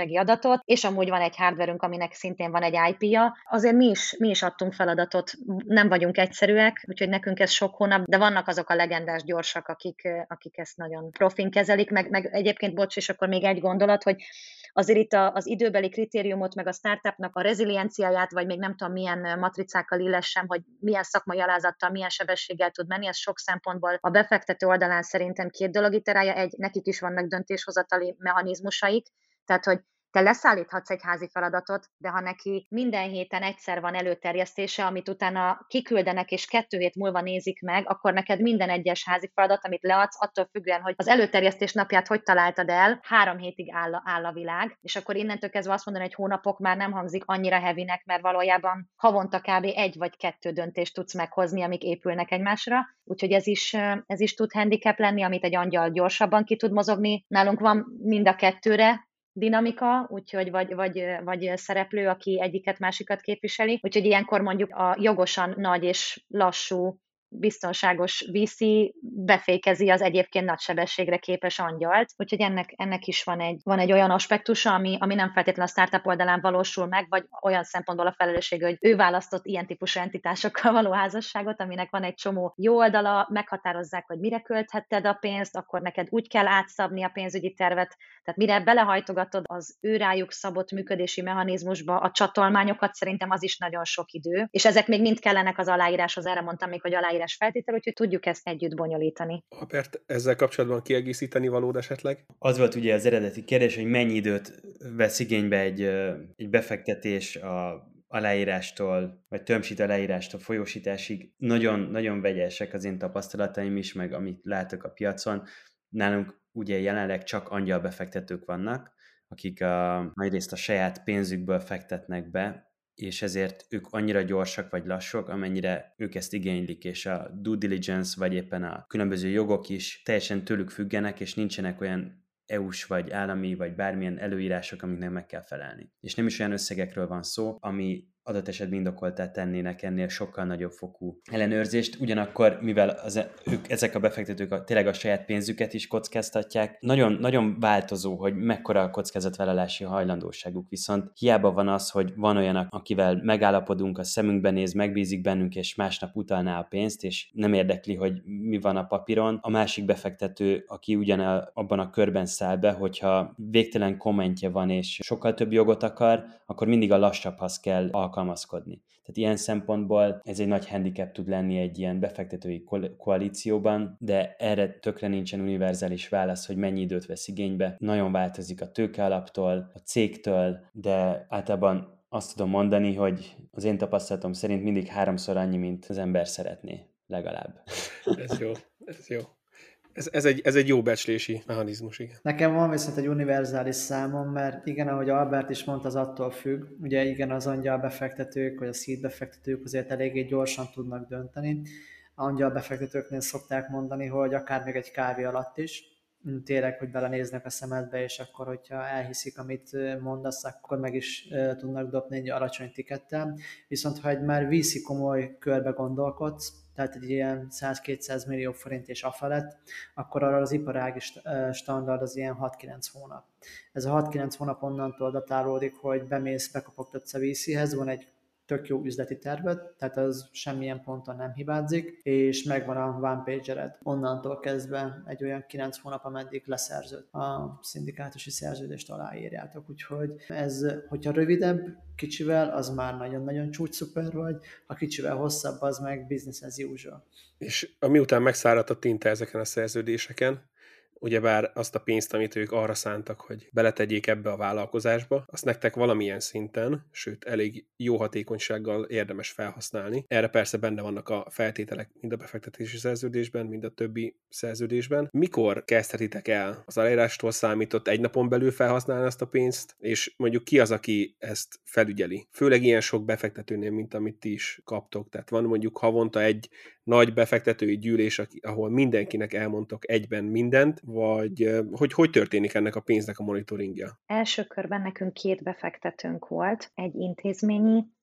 gazdasági adatot, és amúgy van egy hardverünk, aminek szintén van egy i pé-ja. Azért mi is, mi is adtunk feladatot, nem vagyunk egyszerűek, úgyhogy nekünk ez sok hónap, de vannak azok a legendás gyorsak, akik, akik ezt nagyon profin kezelik, meg, meg egyébként, bocs, és akkor még egy gondolat, hogy azért itt az időbeli kritériumot, meg a startupnak a rezilienciáját, vagy még nem tudom milyen matricákkal illessem, hogy milyen szakmai alázattal, milyen sebességgel tud menni, ez sok szempontból a befektető oldalán szerintem két dolog iterája. Egy, nekik is vannak döntéshozatali mechanizmusaik, tehát hogy te leszállíthatsz egy házi feladatot, de ha neki minden héten egyszer van előterjesztése, amit utána kiküldenek, és kettő hét múlva nézik meg, akkor neked minden egyes házi feladat, amit leadsz, attól függően, hogy az előterjesztés napját hogy találtad el, három hétig áll, áll a világ, és akkor innentől kezdve azt mondani, hogy hónapok már nem hangzik annyira heavynek, mert valójában havonta kb. Egy vagy kettő döntést tudsz meghozni, amik épülnek egymásra, úgyhogy ez is, ez is tud handicap lenni, amit egy angyal gyorsabban ki tud mozogni. Nálunk van mind a kettőre dinamika, úgyhogy vagy, vagy, vagy szereplő, aki egyiket, másikat képviseli. Úgyhogy ilyenkor mondjuk a jogosan nagy és lassú, biztonságos vé cé befékezi az egyébként nagy sebességre képes angyalt. Úgyhogy ennek, ennek is van egy, van egy olyan aspektusa, ami, ami nem feltétlenül a startup oldalán valósul meg, vagy olyan szempontból a felelősség, hogy ő választott ilyen típusú entitásokkal való házasságot, aminek van egy csomó jó oldala, meghatározzák, hogy mire költhetted a pénzt, akkor neked úgy kell átszabni a pénzügyi tervet, tehát mire belehajtogatod az ő rájuk szabott működési mechanizmusba a csatolmányokat, szerintem az is nagyon sok idő. És ezek még mind kellenek az aláíráshoz, erre mondtam még, hogy aláírás feltétel, úgyhogy tudjuk ezt együtt bonyolítani. Albert, ezzel kapcsolatban kiegészíteni valód esetleg? Az volt ugye az eredeti kérdés, hogy mennyi időt vesz igénybe egy, egy befektetés a aláírástól, vagy term sheet aláírástól folyósításig. Nagyon, nagyon vegyesek az én tapasztalataim is, meg amit látok a piacon. Nálunk ugye jelenleg csak angyalbefektetők vannak, akik a, nagyrészt a saját pénzükből fektetnek be, és ezért ők annyira gyorsak vagy lassúak, amennyire ők ezt igénylik, és a due diligence, vagy éppen a különböző jogok is teljesen tőlük függenek, és nincsenek olyan é u-s, vagy állami, vagy bármilyen előírások, amiknek meg kell felelni. És nem is olyan összegekről van szó, ami adott esetben indokoltá tennének ennél sokkal nagyobb fokú ellenőrzést, ugyanakkor, mivel az, ők, ezek a befektetők a, tényleg a saját pénzüket is kockáztatják, nagyon, nagyon változó, hogy mekkora a kockázatvállalási hajlandóságuk, viszont hiába van az, hogy van olyan, akivel megállapodunk, a szemünkbe néz, megbízik bennünk, és másnap utalná a pénzt, és nem érdekli, hogy mi van a papíron. A másik befektető, aki ugyan abban a körben száll be, hogyha végtelen kommentje van, és sokkal több jogot akar, akkor mindig a lassabbhoz kell alkalmazkodni. Tehát ilyen szempontból ez egy nagy handicap tud lenni egy ilyen befektetői koalícióban, de erre tökre nincsen univerzális válasz, hogy mennyi időt vesz igénybe. Nagyon változik a tőkealaptól, a cégtől, de általában azt tudom mondani, hogy az én tapasztalatom szerint mindig háromszor annyi, mint az ember szeretné, legalább. Ez jó, ez jó. Ez, ez, egy, ez egy jó becslési mechanizmus, igen. Nekem van viszont egy univerzális számom, mert igen, ahogy Albert is mondta, az attól függ. Ugye igen, az angyal befektetők, vagy a seed befektetők azért eléggé gyorsan tudnak dönteni. Angyal befektetőknél szokták mondani, hogy akár még egy kávé alatt is, tényleg, hogy belenéznek a szemedbe, és akkor, hogyha elhiszik, amit mondasz, akkor meg is tudnak dobni egy alacsony tikettel. Viszont ha egy már vé cé komoly körbe gondolkodsz, tehát egy ilyen száz-kétszáz millió forint és afelett, akkor arra az iparági standard az ilyen hat-kilenc hónap. Ez a hat-kilenc hónap onnantól datálódik, hogy bemész, bekopogtatsz a vé céhez, van egy tök jó üzleti terved, tehát az semmilyen ponton nem hibázik, és megvan a one pagered. Onnantól kezdve egy olyan kilenc hónap, ameddig leszerződ a szindikátusi szerződést aláírjátok. Úgyhogy ez, hogyha rövidebb, kicsivel, az már nagyon-nagyon csúcsszuper vagy, ha kicsivel hosszabb, az meg business as usual. És miután megszáradt a tinta ezeken a szerződéseken, ugyebár azt a pénzt, amit ők arra szántak, hogy beletegyék ebbe a vállalkozásba, azt nektek valamilyen szinten, sőt elég jó hatékonysággal érdemes felhasználni. Erre persze benne vannak a feltételek mind a befektetési szerződésben, mind a többi szerződésben. Mikor kezdhetitek el az aláírástól számított egy napon belül felhasználni azt a pénzt, és mondjuk ki az, aki ezt felügyeli? Főleg ilyen sok befektetőnél, mint amit ti is kaptok. Tehát van mondjuk havonta egy nagy befektetői gyűlés, ahol mindenkinek elmondtok egyben mindent, vagy hogy hogy történik ennek a pénznek a monitoringja? Első körben nekünk két befektetőnk volt, egy intézményi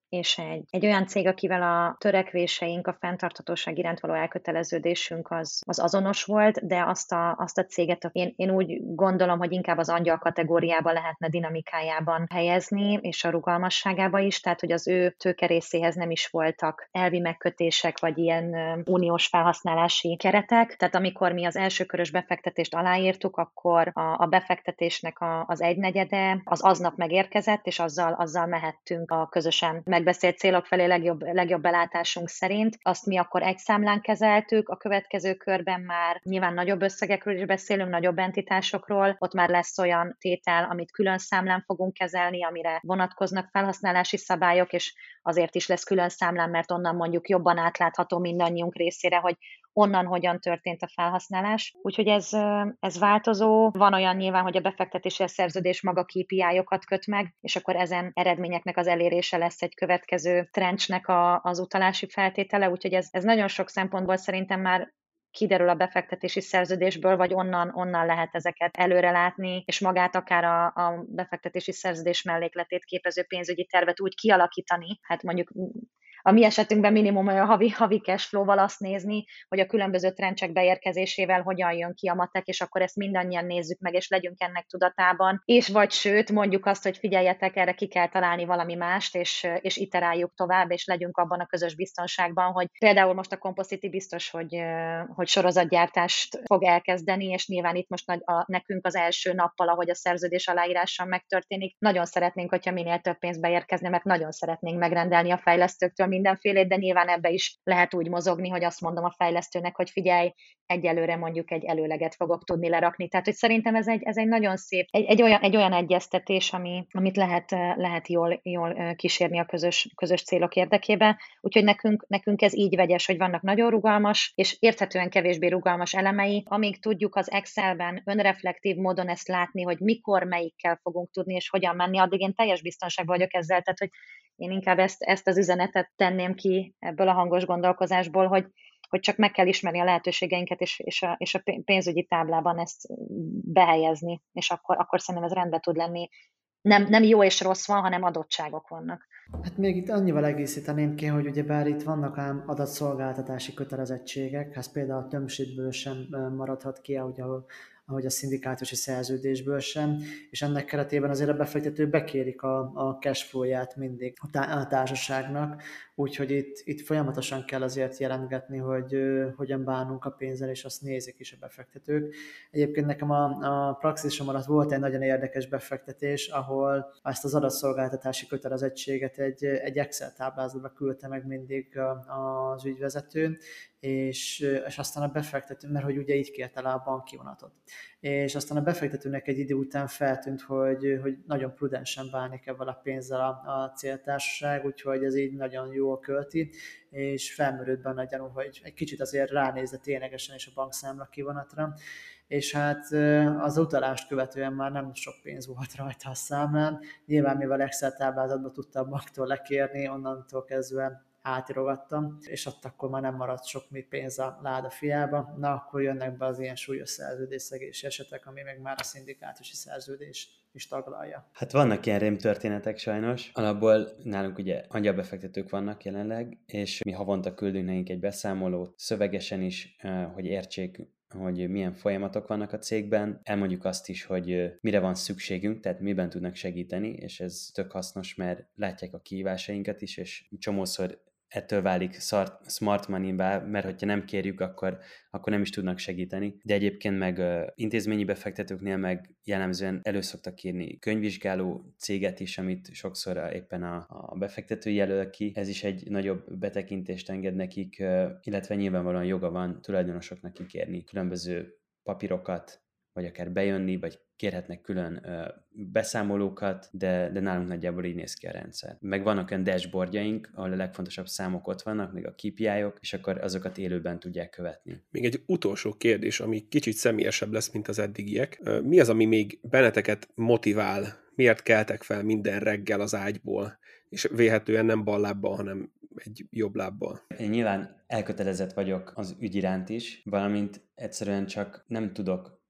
és egy, egy olyan cég, akivel a törekvéseink, a fenntarthatóság iránt való elköteleződésünk az, az azonos volt, de azt a, azt a céget én, én úgy gondolom, hogy inkább az angyal kategóriába lehetne dinamikájában helyezni, és a rugalmasságába is, tehát hogy az ő tőkerészéhez nem is voltak elvi megkötések, vagy ilyen uniós felhasználási keretek. Tehát amikor mi az első körös befektetést aláírtuk, akkor a, a befektetésnek a, az egynegyede az aznap megérkezett, és azzal, azzal mehettünk a közösen megbeszélt célok felé legjobb, legjobb belátásunk szerint. Azt mi akkor egy számlán kezeltük, a következő körben már nyilván nagyobb összegekről is beszélünk, nagyobb entitásokról, ott már lesz olyan tétel, amit külön számlán fogunk kezelni, amire vonatkoznak felhasználási szabályok, és azért is lesz külön számlán, mert onnan mondjuk jobban átlátható mindannyiunk részére, hogy onnan hogyan történt a felhasználás. Úgyhogy ez, ez változó. Van olyan nyilván, hogy a befektetési szerződés maga ká pé í-okat köt meg, és akkor ezen eredményeknek az elérése lesz egy következő trenchnek a, az utalási feltétele. Úgyhogy ez, ez nagyon sok szempontból szerintem már kiderül a befektetési szerződésből, vagy onnan, onnan lehet ezeket előre látni, és magát akár a, a befektetési szerződés mellékletét képező pénzügyi tervet úgy kialakítani, hát mondjuk a mi esetünkben minimum a havi, havi cashflow-val azt nézni, hogy a különböző trencsek beérkezésével hogyan jön ki a matek, és akkor ezt mindannyian nézzük meg, és legyünk ennek tudatában. És vagy sőt, mondjuk azt, hogy figyeljetek, erre ki kell találni valami mást, és, és iteráljuk tovább, és legyünk abban a közös biztonságban, hogy például most a Compositi biztos, hogy, hogy sorozatgyártást fog elkezdeni, és nyilván itt most nagy, a, nekünk az első nappal, ahogy a szerződés aláírással megtörténik, nagyon szeretnénk, hogyha minél több pénz beérkezne, mert nagyon szeretnénk megrendelni a fejlesztőktől mindenfélét, de nyilván ebbe is lehet úgy mozogni, hogy azt mondom a fejlesztőnek, hogy figyelj, egyelőre mondjuk egy előleget fogok tudni lerakni. Tehát, hogy szerintem ez egy, ez egy nagyon szép, egy, egy, olyan, egy olyan egyeztetés, ami, amit lehet, lehet jól, jól kísérni a közös, közös célok érdekében. Úgyhogy nekünk, nekünk ez így vegyes, hogy vannak nagyon rugalmas, és érthetően kevésbé rugalmas elemei. Amíg tudjuk az Excelben önreflektív módon ezt látni, hogy mikor melyikkel fogunk tudni, és hogyan menni, addig én teljes biztonságban vagyok ezzel, tehát, hogy én inkább ezt, ezt az üzenetet tenném ki ebből a hangos gondolkozásból, hogy, hogy csak meg kell ismerni a lehetőségeinket, és, és, a, és a pénzügyi táblában ezt behelyezni, és akkor, akkor szerintem ez rendben tud lenni. Nem, nem jó és rossz van, hanem adottságok vannak. Hát még itt annyival egészíteném ki, hogy ugyebár itt vannak ám adatszolgáltatási kötelezettségek, ez például a tömsítből sem maradhat ki, ahogy a ahogy a szindikátusi szerződésből sem, és ennek keretében azért a befektetők bekérik a, a cashflow-ját mindig a, tá- a társaságnak, úgyhogy itt, itt folyamatosan kell azért jelentgetni, hogy uh, hogyan bánunk a pénzzel, és azt nézik is a befektetők. Egyébként nekem a, a praxisom alatt volt egy nagyon érdekes befektetés, ahol ezt az adatszolgáltatási kötelezettséget egy, egy Excel táblázatba küldte meg mindig a, az ügyvezető, és, és aztán a befektető, mert hogy ugye így kérte le a banki vonatot. És aztán a befektetőnek egy idő után feltűnt, hogy, hogy nagyon prudensen bánik ebben a pénzzel a, a céltársaság, úgyhogy ez így nagyon jól költi, és felmerült benne a gyanú, hogy egy kicsit azért ránézze ténylegesen is a bankszámla kivonatra, és hát az utalást követően már nem sok pénz volt rajta a számlán, nyilván mivel Excel táblázatba tudta a banktól lekérni, onnantól kezdve átirogattam, és ott akkor már nem maradt sok mi pénz a láda fiába, na akkor jönnek be az ilyen súlyos szerződésszegési esetek, ami meg már a szindikátusi szerződés is taglalja. Hát vannak ilyen rémtörténetek sajnos. Alapból nálunk ugye angyalbefektetők vannak jelenleg, és mi havonta küldünk nekik egy beszámolót, szövegesen is, hogy értsék, hogy milyen folyamatok vannak a cégben. Elmondjuk azt is, hogy mire van szükségünk, tehát miben tudnak segíteni, és ez tök hasznos, mert látják a kihívásainkat is, és csomószor ettől válik smart money-bá, mert hogyha nem kérjük, akkor, akkor nem is tudnak segíteni. De egyébként meg uh, intézményi befektetőknél meg jellemzően elő szoktak írni könyvvizsgáló céget is, amit sokszor éppen a, a befektető jelöl ki. Ez is egy nagyobb betekintést enged nekik, uh, illetve nyilvánvalóan joga van tulajdonosoknak kikérni különböző papírokat, vagy akár bejönni, vagy kérhetnek külön ö, beszámolókat, de, de nálunk nagyjából így néz ki a rendszer. Meg vannak olyan dashboardjaink, ahol a legfontosabb számok ott vannak, meg a ká pé í-ok, és akkor azokat élőben tudják követni. Még egy utolsó kérdés, ami kicsit személyesebb lesz, mint az eddigiek. Mi az, ami még benneteket motivál? Miért keltek fel minden reggel az ágyból? És véhetően nem bal lábbal, hanem egy jobb lábbal. Én nyilván elkötelezett vagyok az ügy iránt is, valamint egyszerűen csak nem tudok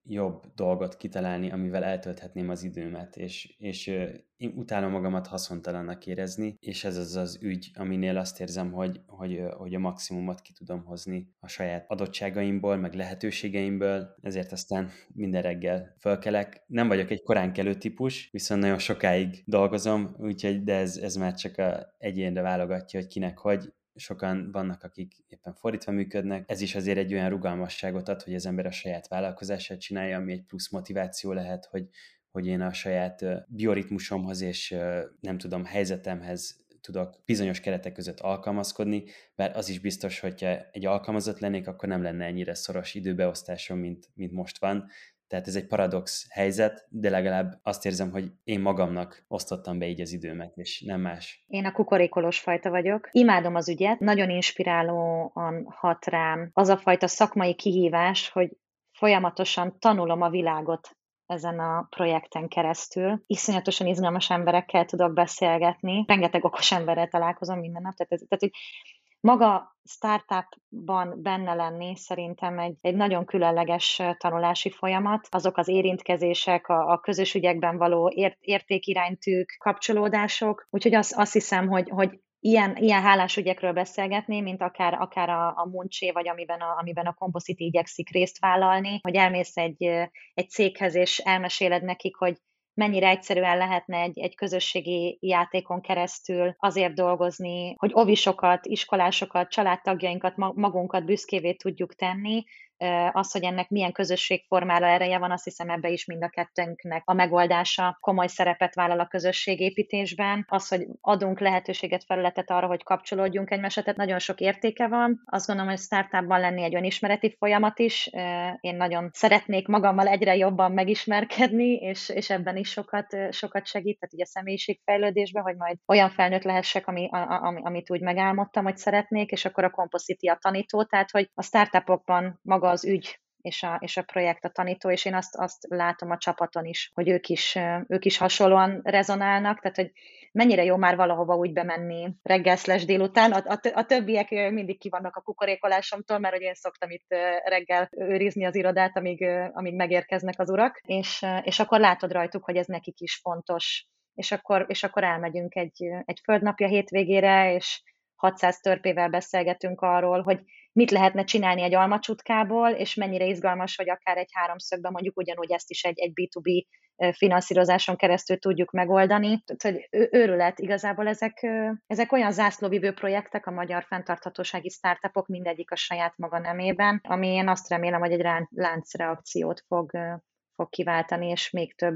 jobb dolgot kitalálni, amivel eltölthetném az időmet, és, és én utálom magamat haszontalannak érezni, és ez az az ügy, aminél azt érzem, hogy, hogy, hogy a maximumot ki tudom hozni a saját adottságaimból, meg lehetőségeimből, ezért aztán minden reggel fölkelek. Nem vagyok egy korán kelő típus, viszont nagyon sokáig dolgozom, úgyhogy de ez, ez már csak a egyénre válogatja, hogy kinek hogy. Sokan vannak, akik éppen fordítva működnek. Ez is azért egy olyan rugalmasságot ad, hogy az ember a saját vállalkozását csinálja, ami egy plusz motiváció lehet, hogy, hogy én a saját bioritmusomhoz és nem tudom, helyzetemhez tudok bizonyos keretek között alkalmazkodni, bár az is biztos, hogyha egy alkalmazott lennék, akkor nem lenne ennyire szoros időbeosztásom, mint, mint most van. Tehát ez egy paradox helyzet, de legalább azt érzem, hogy én magamnak osztottam be így az időmet, és nem más. Én a kukorékolós fajta vagyok. Imádom az ügyet, nagyon inspirálóan hat rám az a fajta szakmai kihívás, hogy folyamatosan tanulom a világot ezen a projekten keresztül. Iszonyatosan izgalmas emberekkel tudok beszélgetni, rengeteg okos emberrel találkozom minden nap, tehát, ez, tehát hogy maga startupban benne lenni szerintem egy, egy nagyon különleges tanulási folyamat. Azok az érintkezések, a, a közös ügyekben való ért, értékiránytűk, kapcsolódások. Úgyhogy azt, azt hiszem, hogy, hogy ilyen, ilyen hálás ügyekről beszélgetni, mint akár, akár a, a Munché, vagy amiben a, amiben a Composite igyekszik részt vállalni, hogy elmész egy, egy céghez, és elmeséled nekik, hogy mennyire egyszerűen lehetne egy, egy közösségi játékon keresztül azért dolgozni, hogy ovisokat, iskolásokat, családtagjainkat, magunkat büszkévé tudjuk tenni. Az, hogy ennek milyen közösségformára ereje van, azt hiszem ebbe is mind a kettőnknek a megoldása komoly szerepet vállal a közösségépítésben. Az, hogy adunk lehetőséget, felületet arra, hogy kapcsolódjunk egymásra, tehát nagyon sok értéke van. Azt gondolom, hogy startupban lenni egy önismereti folyamat is. Én nagyon szeretnék magammal egyre jobban megismerkedni, és, és ebben is sokat, sokat segít, tehát ugye a személyiségfejlődésben, hogy majd olyan felnőtt lehessek, ami, ami, amit úgy megálmodtam, hogy szeretnék, és akkor a Composite a tanító, tehát hogy a startupokban maga az ügy és a, és a projekt a tanító, és én azt, azt látom a csapaton is, hogy ők is, ők is hasonlóan rezonálnak, tehát hogy mennyire jó már valahova úgy bemenni reggel slash délután. A, a, a többiek mindig kivannak a kukorékolásomtól, mert hogy én szoktam itt reggel őrizni az irodát, amíg, amíg megérkeznek az urak, és, és akkor látod rajtuk, hogy ez nekik is fontos. És akkor, és akkor elmegyünk egy, egy földnapja hétvégére, és hatszáz törpével beszélgetünk arról, hogy mit lehetne csinálni egy almacsutkából, és mennyire izgalmas, hogy akár egy háromszögben mondjuk ugyanúgy ezt is egy, egy bé kettő bé finanszírozáson keresztül tudjuk megoldani. Tehát, hogy őrület, igazából ezek, ezek olyan zászlóvivő projektek, a magyar fenntarthatósági startupok, mindegyik a saját maga nemében, ami én azt remélem, hogy egy láncreakciót fog, fog kiváltani, és még több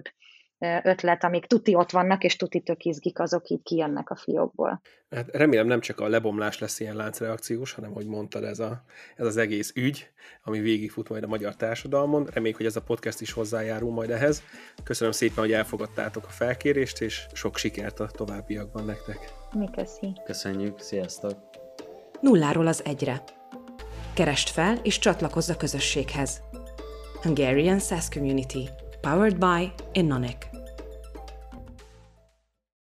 ötlet, amik tuti ott vannak, és tuti tök izgik, azok így kijönnek a fiókból. Hát remélem nem csak a lebomlás lesz ilyen láncreakciós, hanem, hogy mondtad, ez, a, ez az egész ügy, ami végigfut majd a magyar társadalmon. Reméljük, hogy ez a podcast is hozzájárul majd ehhez. Köszönöm szépen, hogy elfogadtátok a felkérést, és sok sikert a továbbiakban nektek. Mi köszi. Köszönjük, sziasztok! Nulláról az egyre. Keresd fel, és csatlakozz a közösséghez. Hungarian SaaS Community. Powered by Innonic.